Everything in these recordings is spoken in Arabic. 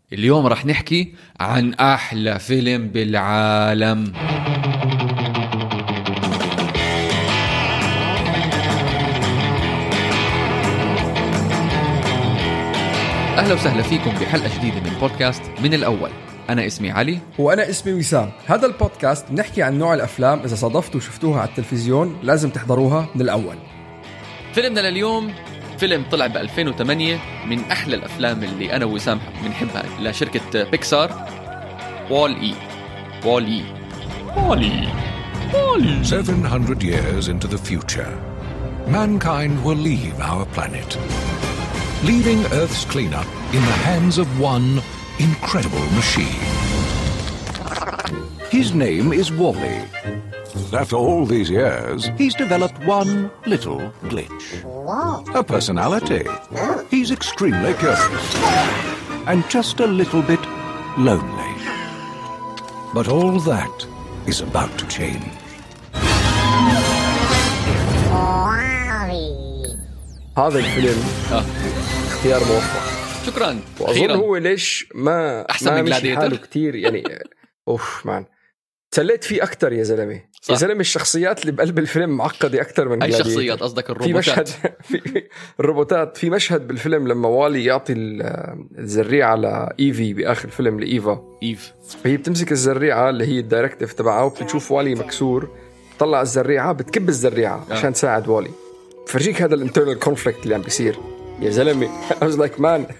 اليوم رح نحكي عن أحلى فيلم بالعالم. أهلا وسهلا فيكم بحلقة جديدة من بودكاست من الأول. أنا اسمي علي وأنا اسمي وسام. هذا البودكاست نحكي عن نوع الأفلام إذا صادفتوا وشفتوها على التلفزيون لازم تحضروها من الأول. فيلمنا لليوم فيلم طلع ب2008 من أحلى الأفلام اللي أنا وسام بنحبها لشركة بيكسار. وال-E. 700 years into the future, mankind will leave our planet, leaving Earth's cleanup in the hands of one incredible machine. His name is Wall-E. After all these years, he's developed one little glitch. A personality. He's extremely curious and just a little bit lonely. But all that is about to change. هذا الفيلم اختيار موفق. شكرا. وأظن هو ليش ما أحسن من مشي حاله كتير يعني. أوف مان تسليت فيه أكتر يا زلمة. يا زلمة الشخصيات اللي بقلب الفيلم معقدة أكتر من أي شخصيات قصدك؟ الروبوتات. في مشهد في الروبوتات. في مشهد بالفيلم لما والي يعطي الزريعة لإيفي بآخر الفيلم لإيفا. فهي بتمسك الزريعة اللي هي الدايركتيف تبعها وبتشوف والي مكسور، طلع الزريعة بتكب الزريعة عشان تساعد والي. فرجيك هذا الانترنال كونفليكت اللي عم بيصير يا زلمة. I was like man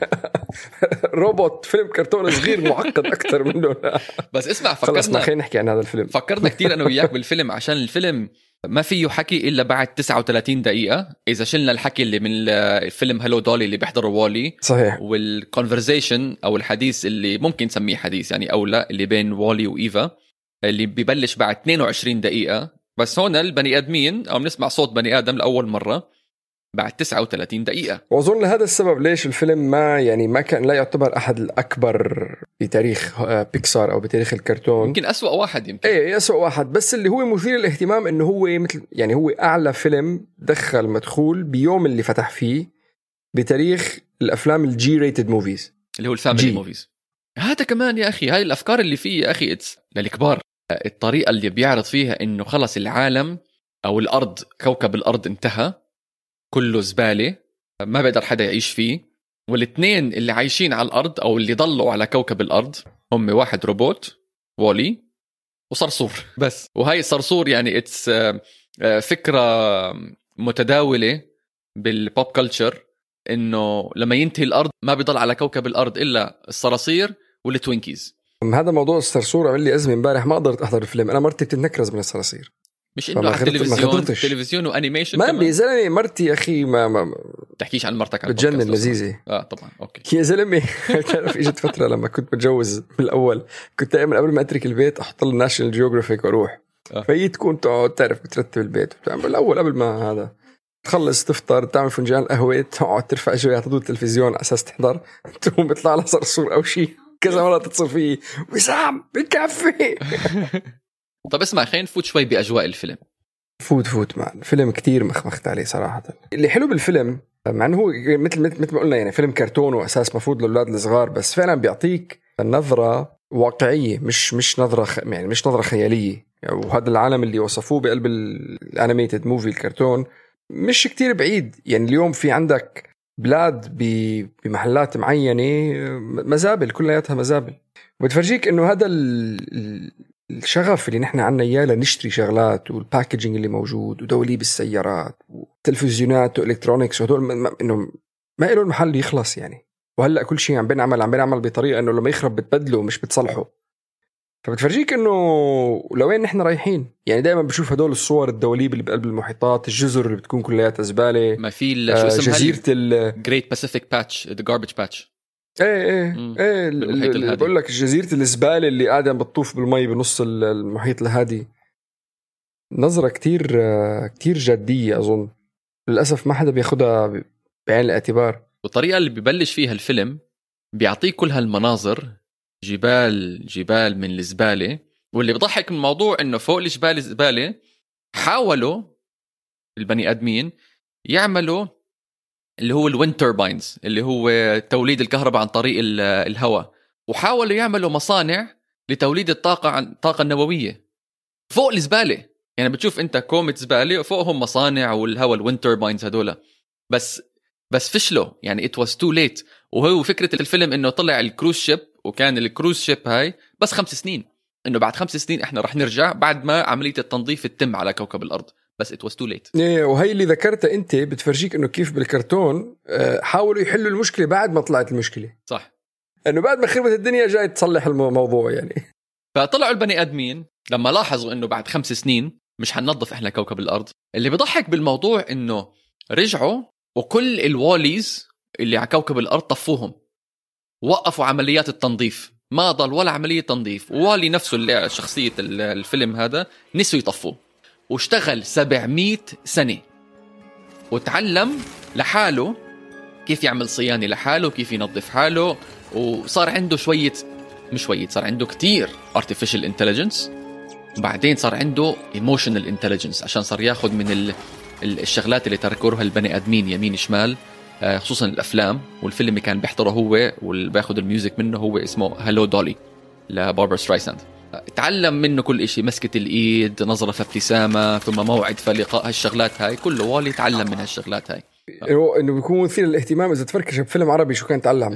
روبوت فيلم كرتون صغير معقد أكتر منه. بس اسمع، خلصنا خلينا نحكي عن هذا الفيلم. فكرنا كتير أنا وياك بالفيلم عشان الفيلم ما فيه حكي إلا بعد 39 دقيقة إذا شلنا الحكي اللي من الفيلم هلو دولي اللي بيحضره والي. صحيح. والكونفرزيشن أو الحديث اللي ممكن نسميه حديث يعني أو لا، اللي بين والي وإيفا اللي بيبلش بعد 22 دقيقة. بس هون البني آدمين أو بنسمع صوت بني آدم لأول مرة بعد 39 دقيقة. وأظن هذا السبب ليش الفيلم ما كان لا يعتبر أحد الأكبر بتاريخ بيكسار أو بتاريخ الكرتون. يمكن أسوأ واحد. يمكن أسوأ واحد، بس اللي هو مثير الاهتمام إنه هو مثل يعني هو أعلى فيلم دخل مدخول بيوم اللي فتح فيه بتاريخ الأفلام الجي ريتد موفيز اللي هو الفاميلي موفيز. هذا كمان يا أخي، هاي الأفكار اللي فيه يا أخي للكبار. الطريقة اللي بيعرض فيها إنه خلص العالم أو الأرض، كوكب الأرض انتهى، كله زبالة، ما بقدر حدا يعيش فيه، والاثنين اللي عايشين على الأرض أو اللي ضلوا على كوكب الأرض هم واحد روبوت والي وصرصور بس. وهاي الصرصور يعني فكرة متداولة بالبوب كلتشر إنه لما ينتهي الأرض ما بيضل على كوكب الأرض إلا الصراصير والتوينكيز. هذا موضوع الصرصور عمل لي أزمة امبارح، ما قدرت أحضر الفيلم. أنا مرتي بتتنكرز من الصراصير، مش إنه تلفزيون وأنيميشن. ما يا زلمة مرتي يا أخي ما تحكيش عن مرتك على بتجنن لذيذة. طبعا أوكي يا زلمة. تعرف إجت فترة لما كنت متجوز بالأول كنت دائما قبل ما أترك البيت أحط له ناشونال جيوغرافيك وأروح. فهي تكون تقعد تعرف بترتب البيت بالأول قبل ما هذا تخلص تفطر تعمل فنجان قهوة تقعد ترفع شوية على التلفزيون أساس تحضر، تقوم بيطلع لها صرصور أو شيء. كذا مرة تتصل فيه وسام بكفي. طب اسمع، خلينا نفوت شوي بأجواء الفيلم. فوت معنا فيلم كتير مخمخت عليه صراحة. اللي حلو بالفيلم مع أنه هو مثل ما قلنا يعني فيلم كرتون وأساس مفروض للأولاد الصغار، بس فعلا بيعطيك نظرة واقعية، مش نظرة يعني مش نظرة خيالية. يعني وهذا العالم اللي وصفوه بقلب الانيميتد موفي الكرتون مش كتير بعيد. يعني اليوم في عندك بلاد بمحلات معينة مزابل، كلياتها مزابل، وبتفرجيك إنه هذا الشغف اللي نحن عنا إياه لنشتري شغلات، والباكجينج اللي موجود، ودوليب السيارات وتلفزيونات وإلكترونيكس، وهدول إنه ما له المحل يخلص يعني. وهلأ كل شيء عم بينعمل بطريقة إنه لما يخرب بتبدله مش بتصلحه. فبتفرجيك إنه لوين نحن رايحين. يعني دائما بشوف هدول الصور الدوليب اللي بقلب المحيطات، الجزر اللي بتكون كلياتها زبالة، ما في شو اسمها جزيرة Great Pacific Patch, the garbage patch. ايه بقول لك جزيرة الزبالة اللي قاعدة بتطوف بالمي بنص المحيط الهادي. نظرة كتير جدية أظن، للأسف ما حدا بياخدها بعين الاعتبار. والطريقة اللي ببلش فيها الفيلم بيعطيك كل هالمناظر، جبال من الزبالة. واللي بضحك من الموضوع إنه فوق الجبال الزبالة حاولوا البني آدمين يعملوا اللي هو الويند توربينز، اللي هو توليد الكهرباء عن طريق الهواء، وحاولوا يعملوا مصانع لتوليد الطاقة النووية فوق الزبالة. يعني بتشوف انت كومة زبالة وفوقهم مصانع والهواء الويند تورباينز هدول، بس فشلوا. يعني it was too late. وهو فكرة الفيلم انه طلع الكروز شيب، وكان الكروز شيب هاي بس 5 سنين، انه بعد 5 سنين احنا رح نرجع بعد ما عملية التنظيف تتم على كوكب الارض، بس it was too late. وهي اللي ذكرتها انت بتفرجيك انه كيف بالكرتون حاولوا يحلوا المشكلة بعد ما طلعت المشكلة. صح، انه بعد ما خربت الدنيا جاي تصلح الموضوع يعني. فطلعوا البني ادمين لما لاحظوا انه بعد 5 سنين مش حننظف احنا كوكب الارض. اللي بيضحك بالموضوع انه رجعوا وكل الواليز اللي على كوكب الارض طفوهم، وقفوا عمليات التنظيف، ما ضل ولا عملية تنظيف. والي نفسه اللي شخصية الفيلم هذا نسوا يطفوه، واشتغل 700 سنة وتعلم لحاله كيف يعمل صيانة لحاله، كيف ينظف حاله. وصار عنده صار عنده كتير artificial intelligence. وبعدين صار عنده emotional intelligence عشان صار ياخد من الشغلات اللي تركوها البني آدمين يمين شمال، خصوصا الأفلام. والفيلم اللي كان بيحضره هو واللي بياخد الميوزك منه هو اسمه هالو دولي لباربرا سترايساند. تعلم منه كل إشي، مسكة الإيد، نظرة فابتسامة، ثم موعد فلقاء. هالشغلات هاي كله والي تعلم من هالشغلات هاي. انه بيكون مثير الاهتمام اذا تفركش بفيلم عربي شو كان تعلم.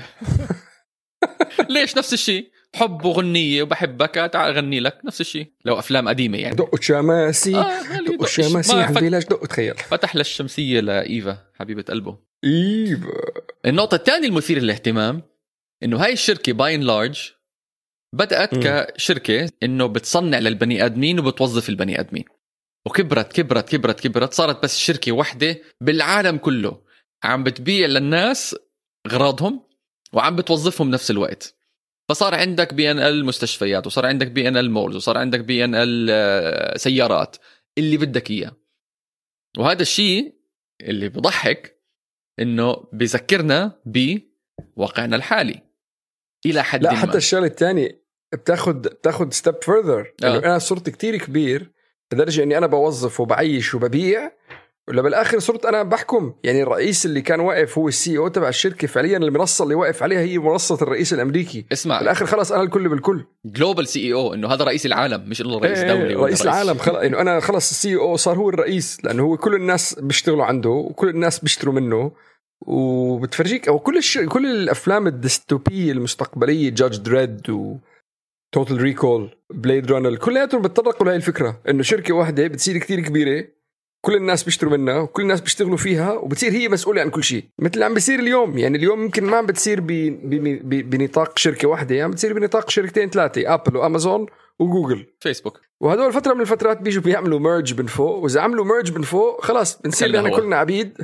ليش نفس الشيء، حب وغنية وبحبك تعال أغني لك، نفس الشيء. لو أفلام قديمة يعني دقوا شماسي دقوا شماسي عنديلاش دقوا. تخيل فتح للشمسية لإيفا حبيبة قلبه. إيفا. النقطة الثانية المثيرة للاهتمام إنه هاي الشركة باين لارج بدأت كشركة إنه بتصنع للبني آدمين وبتوظف البني آدمين، وكبرت كبرت كبرت كبرت، صارت بس شركة واحدة بالعالم كله عم بتبيع للناس غراضهم وعم بتوظفهم نفس الوقت. فصار عندك BNL مستشفيات، وصار عندك BNL مولز، وصار عندك BNL سيارات، اللي بدك إياه. وهذا الشيء اللي بضحك إنه بيذكرنا بواقعنا الحالي إلى حد لا ما. حتى الشغله الثانيه بتاخد ستيب فurther. انه انا صرت كتير كبير لدرجه اني انا بوظف وبعيش وببيع، ولا بالاخر صرت انا بحكم. يعني الرئيس اللي كان واقف هو CEO تبع الشركه، فعليا المنصه اللي واقف عليها هي منصه الرئيس الامريكي. اسمع، بالاخر خلاص انا الكل بالكل، جلوبال CEO، انه هذا رئيس العالم مش انه رئيس دولة. رئيس العالم خلص. انه انا خلص CEO صار هو الرئيس، لانه هو كل الناس بيشتغلوا عنده وكل الناس بيشتروا منه. وبتفرجيك او كل الافلام الديستوبيه المستقبليه، جادج دريد و توتال ريكول، بليد رانر، كلياتهم بتطرقوا لهي الفكره انه شركه واحده بتصير كتير كبيره، كل الناس بيشتروا منها وكل الناس بيشتغلوا فيها، وبتصير هي مسؤولة عن كل شيء، مثل عم بيصير اليوم. يعني اليوم يمكن ما عم بتصير بنطاق شركة واحدة، يعني بتصير بنطاق شركتين 3، أبل وأمازون وجوجل فيسبوك. وهدول فترة من الفترات بيجوا بيعملوا ميرج من فوق، وإذا عملوا ميرج من فوق خلاص بنصير يعني كلنا عبيد.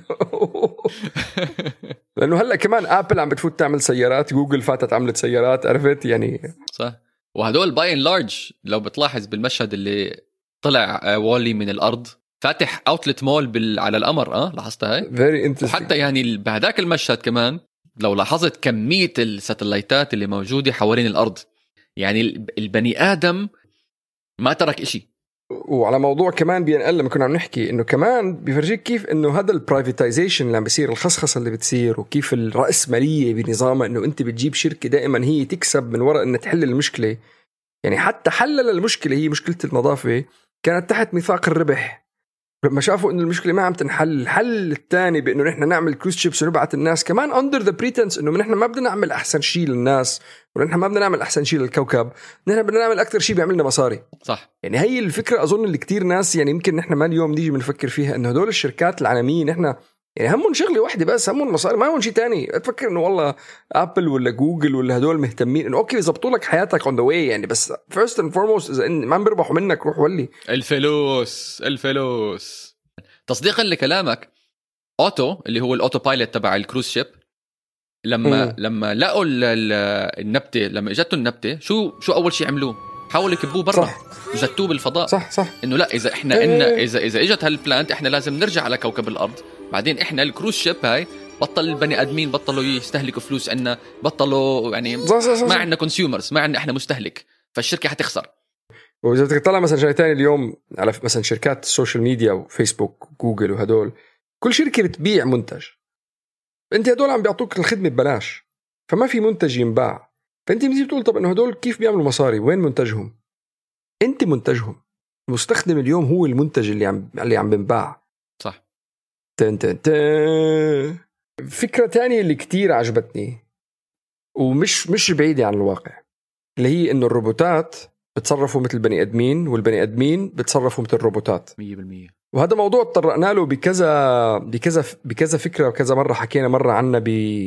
لأنه هلأ كمان أبل عم بتفوت تعمل سيارات، جوجل فاتت عملت سيارات، عرفت يعني. صح. وهدول باين لارج لو بتلاحظ بالمشهد اللي طلع والي من الأرض فاتح اوتلت مول على القمر. لاحظتها هاي؟ وحتى يعني بهداك المشهد كمان لو لاحظت كمية الساتلايتات اللي موجودة حوالين الأرض، يعني البني آدم ما ترك إشي. وعلى موضوع كمان BNL لما كنا عم نحكي إنه كمان بيفرجيك كيف إنه هذا البرايفيتايزيشن اللي عم بيصير، الخصخصة اللي بتصير، وكيف الرأسمالية بنظامها إنه أنت بتجيب شركة دائما هي تكسب من وراء إن تحل المشكلة. يعني حتى حلل المشكلة، هي مشكلة النظافة كانت تحت ميثاق الربح. لما شافوا إنه المشكلة ما عم تنحل، الحل الثاني بإنه نحن نعمل كروز شيبس ونبعث الناس كمان under the pretense إنه نحن ما بدنا نعمل أحسن شيء للناس، ونحن ما بدنا نعمل أحسن شيء للكوكب، نحن بدنا نعمل أكثر شيء بيعملنا مصاري. صح. يعني هي الفكرة أظن اللي كتير ناس يعني يمكن نحن ما اليوم نيجي بنفكر فيها، إنه هدول الشركات العالمية نحن يعني همون شغلة واحدة بس، همون مصاري، ما همون شيء تاني. تفكر إنه والله أبل ولا جوجل ولا هدول مهتمين إنه أوكي يزبطوا لك حياتك on the way يعني، بس first and foremost إذا ما بيربحوا منك روح ولي الفلوس. تصديقا لكلامك، اوتو اللي هو الاوتو بايلوت تبع الكروز شيب، لما لقوا النبته، لما اجته النبته شو اول شيء عملوه؟ حاولوا يكبوه برا، زتوه بالفضاء. صح انه لا، اذا احنا اذا اجت هالبلانت احنا لازم نرجع على كوكب الارض. بعدين احنا الكروز شيب هاي بطل البني ادمين بطلوا يستهلكوا فلوس عنا، بطلوا يعني ما عندنا كونسيومرز، ما عندنا احنا مستهلك، فالشركه حتخسر. وإذا تطلع مثلا شيء تاني اليوم على مثلا شركات السوشيال ميديا وفيسبوك وجوجل وهدول، كل شركة بتبيع منتج، انت هدول عم بيعطوك الخدمة ببلاش، فما في منتج ينباع. فانت بتيجي بتقول طب انه هدول كيف بيعملوا مصاري؟ وين منتجهم؟ انت منتجهم. المستخدم اليوم هو المنتج اللي عم بنباع. صح. فكرة تانية اللي كتير عجبتني ومش بعيدة عن الواقع، اللي هي إنه الروبوتات بتصرفوا مثل بني أدمين والبني أدمين بتصرفوا مثل الروبوتات 100%. وهذا موضوع تطرقنا له بكذا فكرة وكذا مرة. حكينا مرة عنها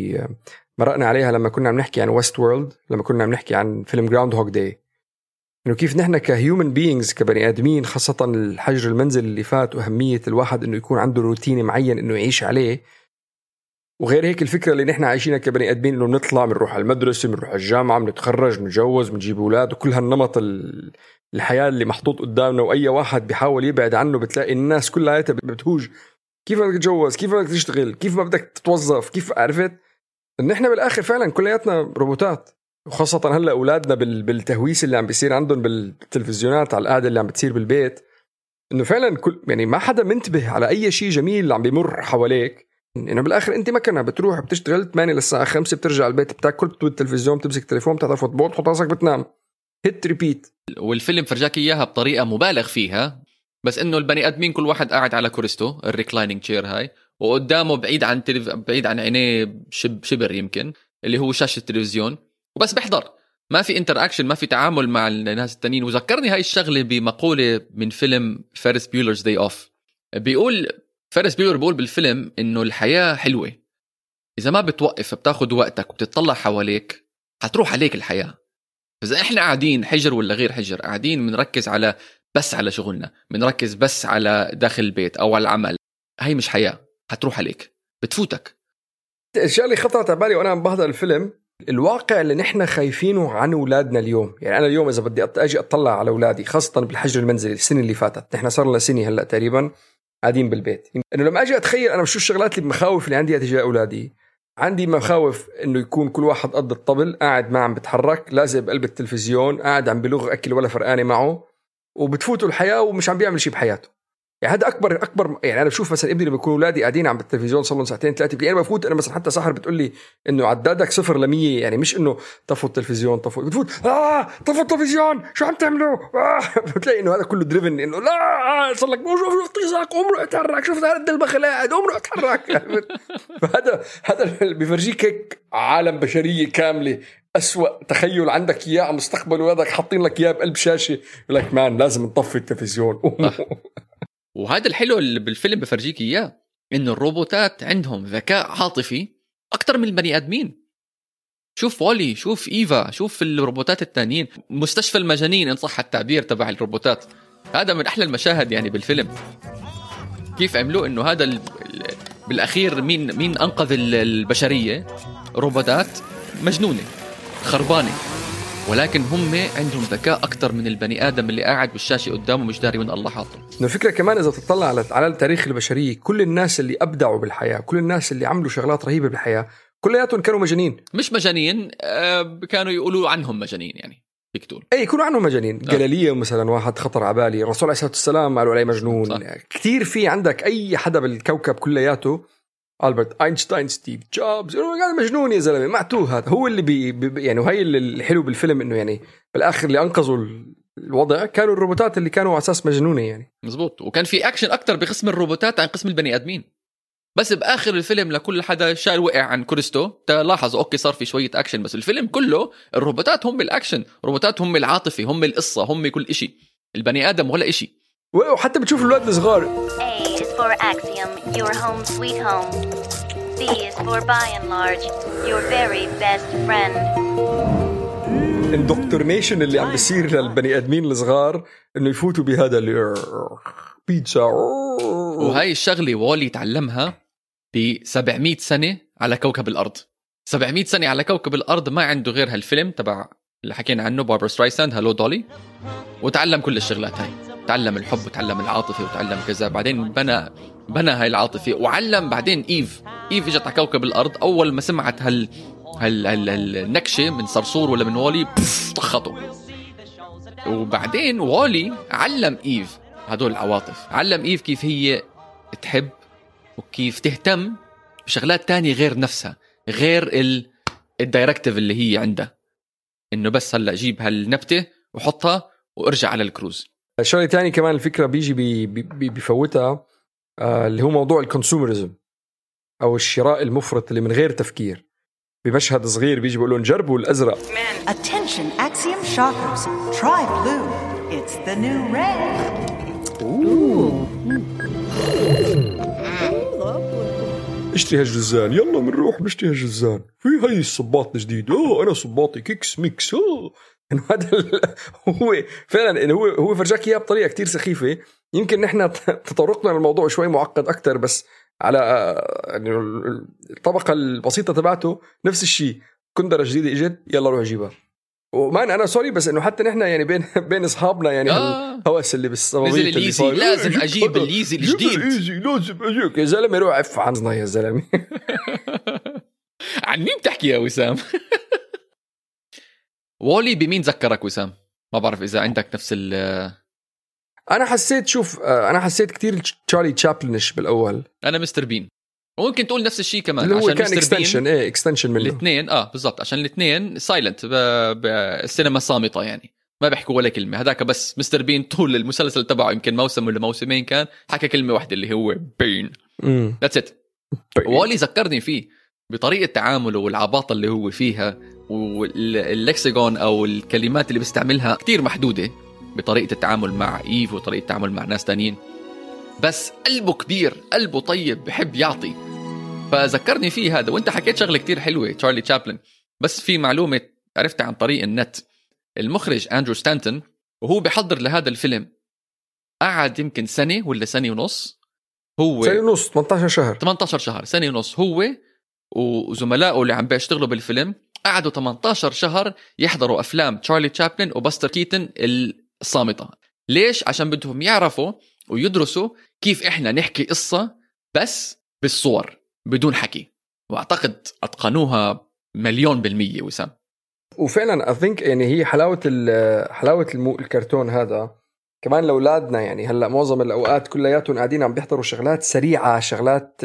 مرقنا عليها لما كنا عم نحكي عن ويست وورلد، لما كنا عم نحكي عن فيلم جراوند هوك داي، إنه كيف نحن كهيومن بيينجز كبني آدمين، خاصة الحجر المنزل اللي فات وأهمية الواحد إنه يكون عنده روتين معين إنه يعيش عليه. وغير هيك الفكرة اللي نحن عايشينها كبني آدمين إنه نطلع بنروح على المدرسة، بنروح على الجامعة، بنتخرج، بنتجوز، بنجيب أولاد، وكل هالنمط الحياة اللي محطوط قدامنا. وأي واحد بيحاول يبعد عنه بتلاقي الناس كلها بتهوج كيف بدك تتجوز، كيف بدك تشتغل، كيف ما بدك تتوظف، كيف. عرفت إن إحنا بالآخر فعلا كلياتنا روبوتات. وخاصة هلأ أولادنا بالتهويس اللي عم بيصير عندهم بالتلفزيونات، على القعدة اللي عم بتصير بالبيت، إنه فعلا يعني ما حدا منتبه على أي شيء جميل اللي عم بيمر حواليك. إنه بالآخر أنت مكنة بتروح بتشتغل 8 للساعة 5، بترجع البيت، بتاكل، بتوت التلفزيون، بتمسك التليفون، بتحضر فوتبول، تحط راسك بتنام، هيت ريبيت. والفيلم فرجاك إياها بطريقة مبالغ فيها، بس إنه البني آدمين كل واحد قاعد على كرسته الريكلايننج تشير هاي، وقدامه بعيد عن عينيه شبر يمكن اللي هو شاشة التلفزيون، وبس بيحضر. ما في انتراكشن، ما في تعامل مع الناس التانيين. وذكرني هاي الشغلة بمقولة من فيلم فيرس بيولرز داي اوف. بيقول فيرس بيولر بيقول بالفيلم إنه الحياة حلوة إذا ما بتوقف بتاخد وقتك وبتطلع حواليك، هتروح عليك الحياة. إذا إحنا قاعدين حجر ولا غير حجر، قاعدين بنركز بس على شغلنا، بنركز بس على داخل البيت أو على العمل، هاي مش حياة، هتروح عليك، بتفوتك. الشيء اللي خطرت على بالي وأنا عم بحضر الفيلم الواقع اللي نحن خايفينه عن أولادنا اليوم. يعني أنا اليوم إذا بدي أجي أطلع على أولادي، خاصة بالحجر المنزلي السنة اللي فاتت، نحن صار لنا سنة هلأ تقريبا قاعدين بالبيت، إنه لما أجي أتخيل أنا بشوف الشغلات اللي مخاوف اللي عندي تجاه أولادي. عندي مخاوف إنه يكون كل واحد قد الطبل، قاعد ما عم بتحرك، لازق بقلب التلفزيون، قاعد عم بلغ أكل ولا فرقانة معه، وبتفوتوا الحياة ومش عم بيعمل شيء بحياته. يعني هذا أكبر يعني أنا بشوف مثلا ابني لما يكون أولادي قاعدين عم بالتلفزيون صار لهم ساعتين 3، أنا بفوت، أنا مثلا حتى سحر بتقول لي إنه عدادك 0 ل 100، يعني مش إنه طفوا التلفزيون، بتفوت طفوا التلفزيون، شو عم تعملوا؟ بتلاقي إنه هذا كله دريفن، إنه لا صار لك شوف طيزك، عمره اتحرك، شوف هذا البخل قاعد عمره اتحرك. هذا اللي بيفرجيك هيك عالم بشرية كاملة، أسوأ تخيل عندك إياه على مستقبل ولادك حاطين لك إياه بقلب شاشة، يقول لك مان لازم نطفي التلفزيون. وهذا الحلو اللي بالفيلم بفرجيك إياه، إنه الروبوتات عندهم ذكاء عاطفي أكتر من البني آدمين. شوف والي، شوف إيفا، شوف الروبوتات التانيين، مستشفى المجانين إن صح التعبير تبع الروبوتات. هذا من أحلى المشاهد يعني بالفيلم، كيف عملوا إنه هذا بالأخير مين أنقذ البشرية؟ روبوتات مجنونة خربانة، ولكن هم عندهم ذكاء أكتر من البني آدم اللي قاعد بالشاشة قدامه مش داري وين الله حاطه. الفكرة كمان إذا تطلع على التاريخ البشرية، كل الناس اللي أبدعوا بالحياة، كل الناس اللي عملوا شغلات رهيبة بالحياة، كلياتهم كانوا مجانين. مش مجانين، كانوا يقولوا عنهم مجانين، يعني فيك تقول يكونوا عنهم مجانين. جاليليو مثلا واحد خطر على بالي، الرسول عليه الصلاة والسلام قالوا عليه مجنون. صح. كتير في عندك أي حدا بالكوكب كلياته، ألبرت أينشتاين، ستيف جوبز، قال مجنون يا زلمة، معتوه. هذا هو اللي يعني وهي اللي حلو بالفيلم، إنه يعني بالآخر اللي أنقذوا الوضع كانوا الروبوتات اللي كانوا على أساس مجنونة يعني. مزبوط. وكان في أكشن أكتر بقسم الروبوتات عن قسم البني آدمين، بس بآخر الفيلم لكل حدا شال وقع عن كريستو تلاحظوا أوكي صار في شوية أكشن، بس الفيلم كله الروبوتات هم الأكشن، الروبوتات هم العاطفة، هم القصة، هم كل إشي، البني آدم ولا إشي. وحتى بتشوف الولاد الصغار. A is for Axiom, your home sweet home. B is for by and large, your very best friend. اندوكترينيشن اللي عم بيصير للبني آدمين الصغار إنه يفوتوا بهذا اللي بيتزا. وهاي الشغلة والي تعلمها ب700 سنة على كوكب الأرض. 700 سنة على كوكب الأرض ما عنده غير هالفيلم تبع اللي حكينا عنه باربرا سترايساند، هالو دولي، وتعلم كل الشغلات هاي، تعلم الحب وتعلم العاطفة وتعلم كذا، بعدين بنى هاي العاطفة، وعلم بعدين إيف إجت على كوكب الأرض، أول ما سمعت النكشة من صرصور ولا من والي طخطوا. وبعدين والي علم إيف هدول العواطف، علم إيف كيف هي تحب وكيف تهتم بشغلات تانية غير نفسها، غير الدايركتيف اللي هي عندها. انه بس هلا جيب هالنبته وحطها وارجع على الكروز. شغله تاني كمان الفكره بيجي بفوتها اللي هو موضوع الكونسومرزم او الشراء المفرط اللي من غير تفكير. بمشهد صغير بيجي بيقولوا نجربوا الازرق. Attention Axiom shoppers, try blue. It's the new red. اشتري هالجزان، يلا بنروح نشتري هالجزان. في هاي الصباط الجديد، انا صباطي كيكس ميكس. انه هذا هو فعلا انه هو فرجاك اياه بطريقه كتير سخيفه. يمكن نحن تطرقنا للموضوع شوي معقد اكتر، بس على يعني الطبقه البسيطه تبعته نفس الشيء. كندره جديده اجت، يلا روح جيبها. ومان انا سوري بس انه حتى نحن يعني بين اصحابنا يعني هوس اللي بالصوابيط نزل اليزي لازم اجيب اليزي الجديد. لازم اجيك يا زلمه، روح عف عننا يا زلمه. عن مين بتحكي يا وسام؟ وولي بمين ذكرك وسام؟ ما بعرف اذا عندك نفس انا حسيت انا حسيت كتير تشارلي تشابلنش بالاول. انا مستر بين، وممكن تقول نفس الشيء كمان اللي هو عشان كان اكستنشن اكستنشن منه الاثنين. بالضبط، عشان الاثنين سايلنت بالسينما صامته، يعني ما بيحكوا ولا كلمه. هذاك بس مستر بين طول المسلسل تبعه يمكن موسم ولا موسمين كان حكى كلمه واحده اللي هو بين. ذاتس ات. وولي ذكرني فيه بطريقه تعامله والعباطه اللي هو فيها، واللكسيكون او الكلمات اللي بيستعملها كتير محدوده بطريقه التعامل مع ايف وطريقه التعامل مع ناس تانيين. بس قلبه كبير، قلبه طيب، بحب يعطي. فذكرني فيه هذا. وانت حكيت شغله كتير حلوه تشارلي تشابلن، بس في معلومه عرفتها عن طريق النت. المخرج أندرو ستانتون وهو بيحضر لهذا الفيلم قعد يمكن سنه ولا سنه ونص. هو سنه ونص 18 شهر سنه ونص. هو وزملائه اللي عم بيشتغلوا بالفيلم قعدوا 18 شهر يحضروا أفلام تشارلي تشابلن وباستر كيتن الصامتة. ليش؟ عشان بدهم يعرفوا ويدرسوا كيف إحنا نحكي قصة بس بالصور بدون حكي. وأعتقد أتقنوها 1,000,000% وسام. وفعلا I think يعني هي حلاوة الكرتون هذا كمان لأولادنا. يعني هلأ معظم الأوقات كلياتهم قاعدين عم بيحضروا شغلات سريعة، شغلات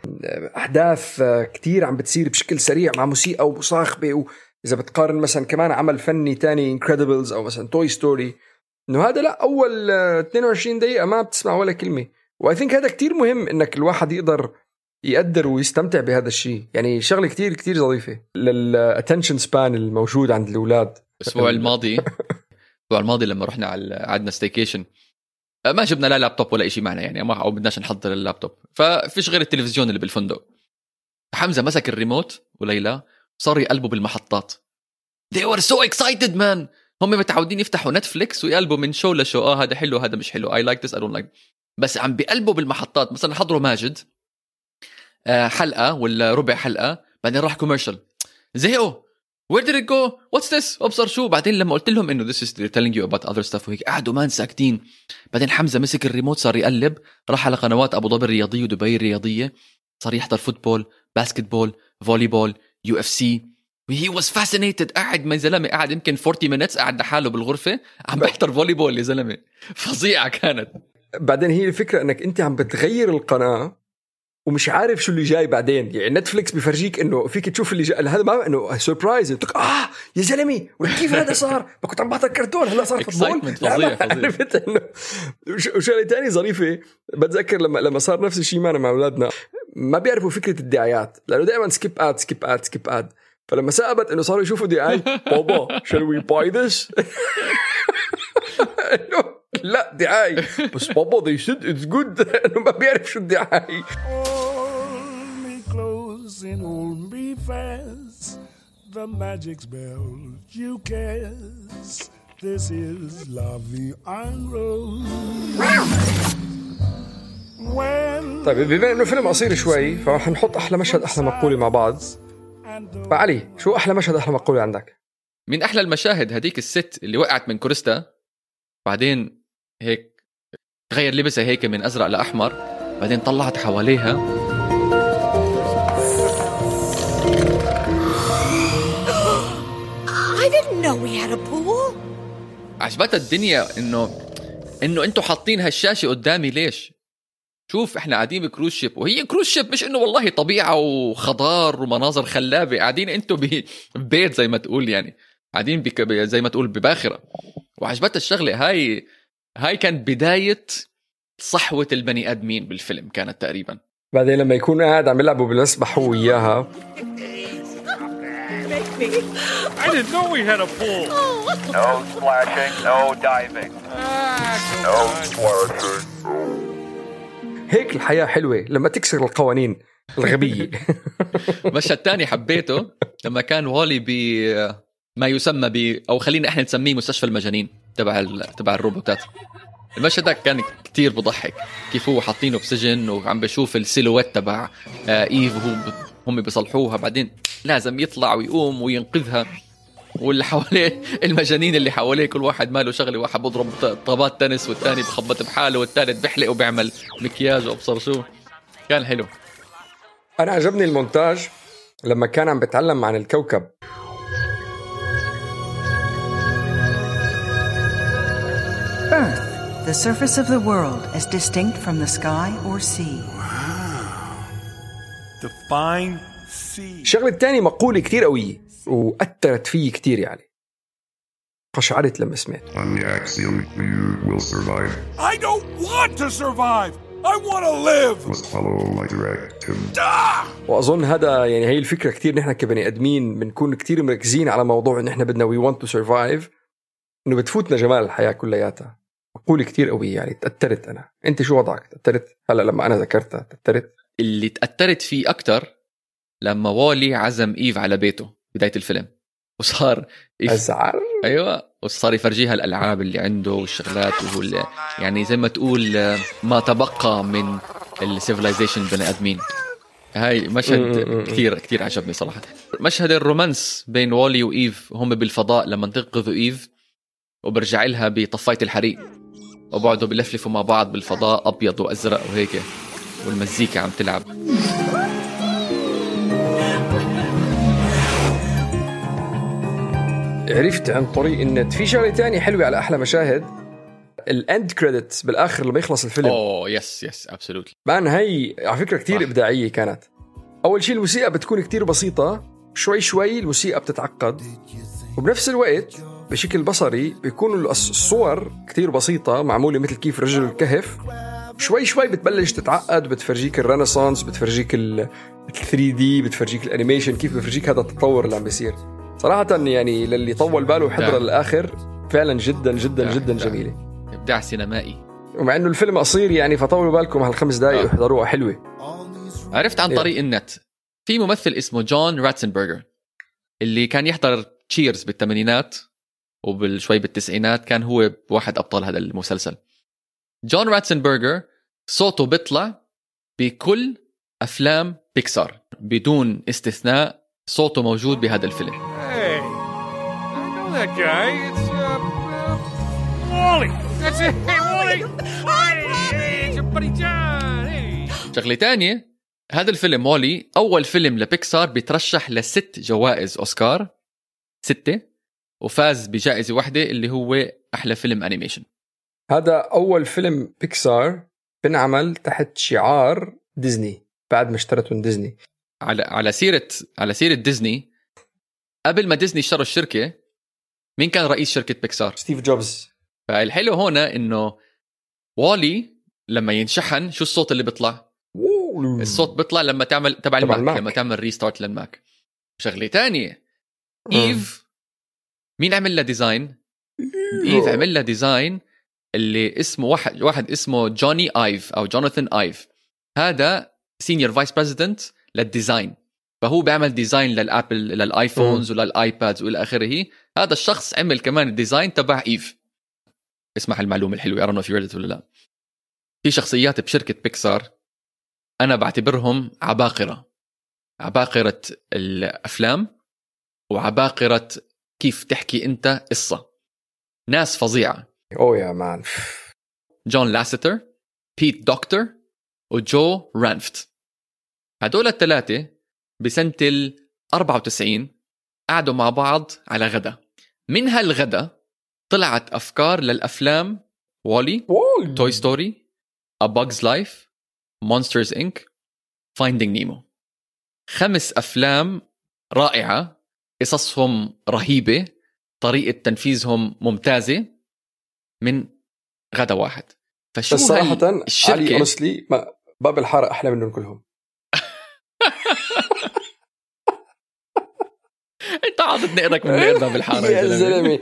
أحداث كتير عم بتصير بشكل سريع مع موسيقى ومصاخبة. وإذا بتقارن مثلا كمان عمل فني تاني Incredibles أو مثلا توي ستوري، إنه هذا لا، أول 22 دقيقة ما بتسمع ولا كلمة. و I think هذا كتير مهم إنك الواحد يقدر يقدر ويستمتع بهذا الشيء. يعني شغلة كتير كتير ظريفة للاتنشن سبان الموجود عند الأولاد. الأسبوع الماضي لما رحنا عدنا ستيكيشن ما جبنا لا لابتوب ولا إشي معنا، يعني ما بدناش نحضر اللابتوب، ففيش غير التلفزيون اللي بالفندق. حمزة مسك الريموت وليلى صاروا يقلبوا بالمحطات. They were so excited man. هم متعودين يفتحوا نتفليكس ويقلبوا من شو لشو. هذا حلو هذا مش حلو. I like this I don't like. بس عم بيقلبوا بالمحطات. مثلا حضروا ماجد حلقة ولا ربع حلقة، بعدين راح كوميرشل، زهقوا. Where did it go? What's this? أبصر شو. بعدين لما قلت لهم إنه this is telling you about other stuff وهيك قعدوا ما ساكتين. بعدين حمزة مسك الريموت صار يقلب، راح على قنوات أبو ظبي الرياضية ودبي الرياضية، صار يحضر فوتبول، باسكتبول، فوليبول، UFC. he was fascinated. قاعد ما زلمة قاعد يمكن 40 minutes قاعد لحاله بالغرفة عم بحضر فوليبول يا زلمة. فظيعة كانت. بعدين هي الفكرة انك انت عم بتغير القناة ومش عارف شو اللي جاي بعدين. يعني نتفليكس بيفرجيك انه فيك تشوف اللي جاي، هذا ما انه سربرايز. تقول يا زلمي وكيف هذا صار؟ ما كنت عم بحضر كرتون هلا صار فوتبول. عرفت انه وشغله ثانيه ظريفه. بتذكر لما صار نفس الشيء معنا مع اولادنا، ما بيعرفوا فكره الدعايات لانه دائما سكيب اد. فلما سأبت انه صاروا يشوفوا دعاية، بابا shall we buy this؟ لا دعاية بس بابا they said it's good. انه ما بيعرف شو الدعاية. Hold me close and hold me fast. The magic spell you cast. This is La Vie en Rose. طيب بما انه فيلم قصير شوي فراح نحط احلى مشهد احلى مقولة مع بعض. فعلي شو احلى مشهد احلى مقولة عندك؟ من احلى المشاهد هديك الست اللي وقعت من كورستا، بعدين هيك تغير لبسها هيك من ازرق لاحمر، بعدين طلعت حواليها I didn't know we had a pool. عجبتها الدنيا انه انتوا حاطين هالشاشة قدامي ليش؟ شوف احنا قاعدين بكروز شيب، وهي كروز شيب مش انه والله طبيعة وخضار ومناظر خلابة، قاعدين انتوا ببيت زي ما تقول يعني. قاعدين زي ما تقول بباخرة. وعجبت الشغلة هاي كانت بداية صحوة البني آدمين بالفيلم كانت تقريبا. بعدين لما يكون قاعد عم يلعبوا بالمسبح هو وياها. I didn't know we had a pool. No splashing, no diving. No splashing. هيك الحياة حلوة لما تكسر القوانين الغبية. مشهد تاني حبيته لما كان والي ما يسمى أو خلينا إحنا نسميه مستشفى المجانين تبع الروبوتات. المشهد ده كان كتير بضحك، كيف هو حاطينه بسجن وعم بشوف السيلوات تبع إيف وهو هم بيصلحوها، بعدين لازم يطلع ويقوم وينقذها، واللي حواليه المجانين اللي حواليه كل واحد ماله شغله، واحد بضرب طابات تنس والتاني بخبط بحاله والثالث بحلق وبيعمل مكياج وابصر شو. كان حلو. أنا عجبني المونتاج لما كان عم بتعلم عن الكوكب. Earth, the surface of the world as distinct from the sky or sea. Define sea. الشغلة الثانية مقولة كتير قوية وأثرت فيه كتير، يعني قشعرت لما سمعت. On the axiom, you will survive. I don't want to survive. I want to live. Must follow my directive. وأظن هذا يعني هي الفكرة كتير، نحن كبني أدمين بنكون كتير مركزين على موضوع إن إحنا بدنا we want to survive، إنه بتفوتنا جمال الحياة كلياتها. مقولة كتير قوية يعني تأثرت. أنا أنت شو وضعك؟ تأثرت هلأ لما أنا ذكرتها؟ تأثرت. اللي تأثرت فيه أكتر لما والي عزم إيف على بيته بداية الفيلم، وصار أزعر. أيوة، وصار يفرجيها الألعاب اللي عنده والشغلات، وهو يعني زي ما تقول ما تبقى من السيفلايزيشن بني آدمين. هاي مشهد كتير عجبني صراحة. مشهد الرومانس بين والي وإيف هم بالفضاء لما تنقذوا إيف وبرجع لها بطفاية الحريق وبعدوا بلفلفوا مع بعض بالفضاء أبيض وأزرق وهيك، والمزيكا عم تلعب. عرفت عن طريق النت في شغله تانية حلوه على احلى مشاهد، الاند كريدتس بالاخر لما يخلص الفيلم. يس ابسولوتلي. مان هي على فكره كتير ابداعيه كانت. اول شيء الموسيقى بتكون كتير بسيطه، شوي الموسيقى بتتعقد، وبنفس الوقت بشكل بصري بيكون الصور كتير بسيطه معموله مثل كيف رجل الكهف، شوي بتبلش تتعقد، بتفرجيك الرينيسانس، بتفرجيك ال 3D، بتفرجيك الانيميشن، كيف بفرجيك هذا التطور اللي عم بيصير. صراحة يعني للي طول باله حضر للآخر فعلا جدا جميلة. إبداع سينمائي. ومع إنه الفيلم قصير يعني فطولوا بالكم هالخمس دقايق وحضروها حلوة. عرفت عن طريق النت في ممثل اسمه جون راتسنبرغر اللي كان يحضر تشيرز بالثمانينات وبالشوي بالتسعينات، كان هو واحد أبطال هذا المسلسل. جون راتسنبرغر صوته بيطلع بكل أفلام بيكسار بدون استثناء، صوته موجود بهذا الفيلم. That guy, it's Wally. That's it. Hey, Wally. Hey, it's your buddy John. Hey. شغلة تانية، هذا الفيلم وولي أول فيلم لبيكسار بيترشح ل6 جوائز أوسكار، 6، وفاز بجائزة واحدة اللي هو أحلى فيلم أنيميشن. هذا أول فيلم بيكسار بنعمل تحت شعار ديزني بعد ما اشترتهم ديزني. على سيرة ديزني، قبل ما ديزني اشتروا الشركة مين كان رئيس شركة بيكسار؟ ستيف جوبز. فالحلو هنا إنه والي لما ينشحن شو الصوت اللي بيطلع؟ الصوت بيطلع لما تعمل تبع الماك، لما تعمل ريستارت للماك. شغلة تانية، إيف مين عمل له ديزاين؟ إيف عمل له ديزاين اللي اسمه واحد اسمه جوني آيف أو جوناثان آيف. هذا سينيور فايس بريزيدنت للديزاين، فهو بيعمل ديزاين للابل للايفونز وللايبادز والى اخره. هذا الشخص عمل كمان الديزاين تبع إيف. اسمع المعلومه الحلوه، I don't know if you read it ولا لا. في شخصيات بشركه بيكسار انا بعتبرهم عباقره الافلام وعباقره كيف تحكي انت قصه، ناس فظيعه. يا مان، جون لاسيتر، بيت دوكتور، وجو رانفت. هدول الثلاثه بسنة 94 قعدوا مع بعض على غدا. من هالغدا طلعت أفكار للأفلام وولي، توي ستوري، A Bug's Life، Monsters Inc، Finding Nemo. 5 أفلام رائعة، قصصهم رهيبة، طريقة تنفيذهم ممتازة من غدا واحد. فشو بس صراحة علي الشركة honestly ما باب الحارة أحلى منهم كلهم. انت عاطت نقدك من نقدنا بالحارة يا زلمة.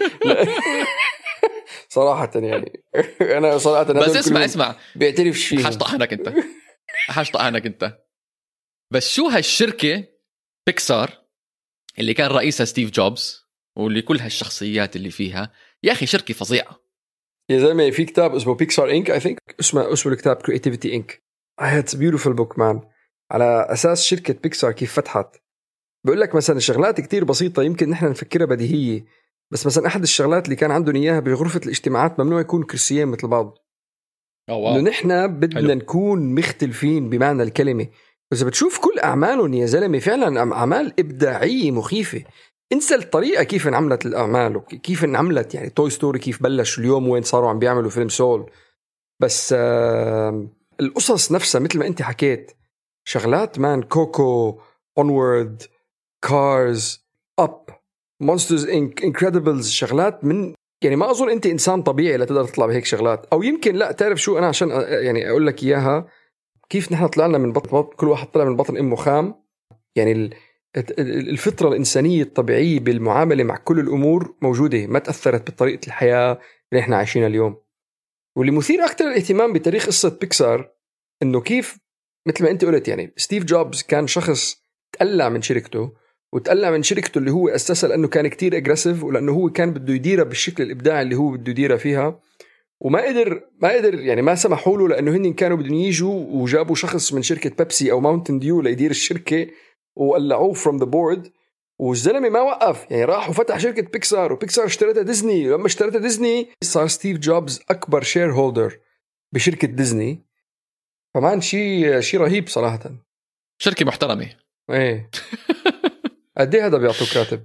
صراحة يعني أنا صراحة بس اسمع بيعترف شيء. حاشطق عنك انت. بس شو هالشركة بيكسار اللي كان رئيسها ستيف جوبز واللي كل هالشخصيات اللي فيها، يا أخي شركة فظيعة يا زلمة. في كتاب اسمه بيكسار إنك I think اسمه الكتاب Creativity Inc. It's a beautiful book man. على أساس شركة بيكسار كيف فتحت، بقول لك مثلا شغلات كتير بسيطة يمكن نحن نفكرها بديهية، بس مثلا أحد الشغلات اللي كان عندهم إياها بغرفة الاجتماعات ممنوع يكون كرسيين مثل بعض. إنه نحن بدنا نكون مختلفين بمعنى الكلمة. إذا بتشوف كل أعمالهم يا زلمة فعلا أعمال إبداعية مخيفة. انسى الطريقة كيف انعملت الأعمال وكيف انعملت، يعني توي ستوري كيف بلش اليوم وين صاروا عم بيعملوا فيلم سول. بس القصص نفسها مثل ما أنت حكيت شغلات مان، كوكو، أونورد، كارز، أب، مونسترز إنك، إنكريديبلز، شغلات من يعني ما أظن أنت إنسان طبيعي لا تقدر تطلع بهيك شغلات. أو يمكن لا، تعرف شو أنا عشان يعني أقول لك إياها كيف نحن طلعنا من بطن، كل واحد طلع من بطن أمه خام. يعني الفطرة الإنسانية الطبيعية بالمعاملة مع كل الأمور موجودة، ما تأثرت بطريقة الحياة اللي إحنا عايشينها اليوم. واللي مثير أكتر الاهتمام بتاريخ قصة بيكسار إنه كيف مثل ما أنت قلت، يعني ستيف جوبز كان شخص تقلع من شركته، وتقلع من شركته اللي هو أسسها لأنه كان كتير أجريسيف، ولأنه هو كان بده يديرها بالشكل الإبداعي اللي هو بده يديرها فيها، وما قدر يعني ما سمحوا له، لأنه هن كانوا بدهم يجوا وجابوا شخص من شركة بيبسي أو ماونتن ديو ليدير الشركة وقلعوه from the board. والزلمة ما وقف، يعني راح وفتح شركة بيكسار، وبيكسار اشترتها ديزني. لما اشترتها ديزني صار ستيف جوبز أكبر شير هولدر بشركة ديزني. فمان شيء رهيب صراحة، شركة محترمة. ايه. قديه هذا بيعطوك راتب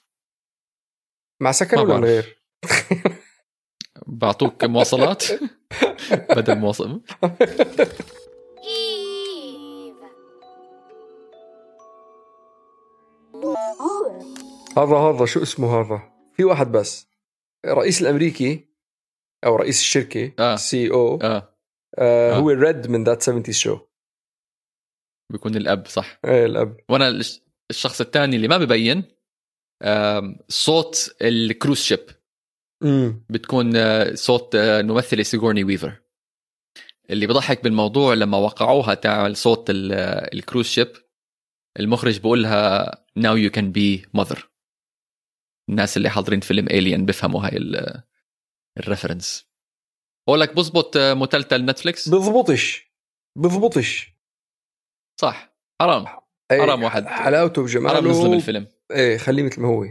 مع سكن ولا من غير؟ بعطوك مواصلات بدل مواصل. هذا شو اسمه؟ هذا في واحد بس رئيس الأمريكي أو رئيس الشركة CEO هو ريد من ذات 70 شو، بيكون الأب صح؟ ايه الأب. وانا الشخص الثاني اللي ما ببين صوت الكروز شيب بتكون صوت الممثلة سيغورني ويفر. اللي بضحك بالموضوع لما وقعوها تعمل صوت الكروز شيب، المخرج بقولها now you can be mother. الناس اللي حاضرين فيلم Alien بفهموا هاي الريفرنس. أقولك بضبط متلتل نتفليكس؟ بضبطش صح. حرام واحد حلاوته وجماله، حرام نظلم الفيلم. ايه خليه مثل ما هو.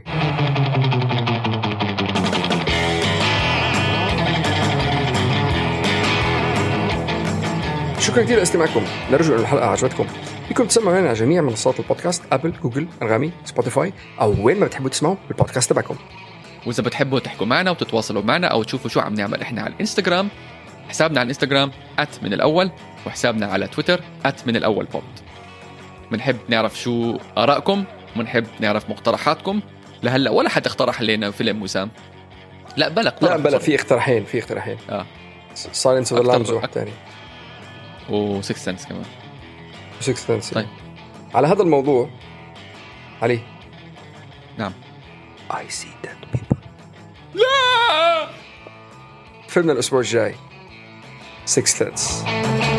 شكرا كثير لاستماعكم. نرجو ان الحلقه عجبتكم. فيكم تسمعوا على جميع منصات البودكاست، ابل، جوجل، انغامي، سبوتيفاي، او وين ما بتحبوا تسمعوا البودكاست تبعكم. واذا بتحبوا تحكوا معنا وتتواصلوا معنا او تشوفوا شو عم نعمل احنا على الانستغرام، حسابنا على الانستغرام @منالاول، وحسابنا على تويتر @منالاولبود. بنحب نعرف شو آرائكم، وبنحب نعرف مقترحاتكم. لهلا ولا حد اقترح لنا فيلم وسام. لا بلا في اقتراحين سايلنس اوف ذا لامبز واحد ثاني، و6 سنس كمان. 6 سنس. طيب على هذا الموضوع علي. نعم. I see dead people. لا. فيلمنا الأسبوع الجاي 6 سنس.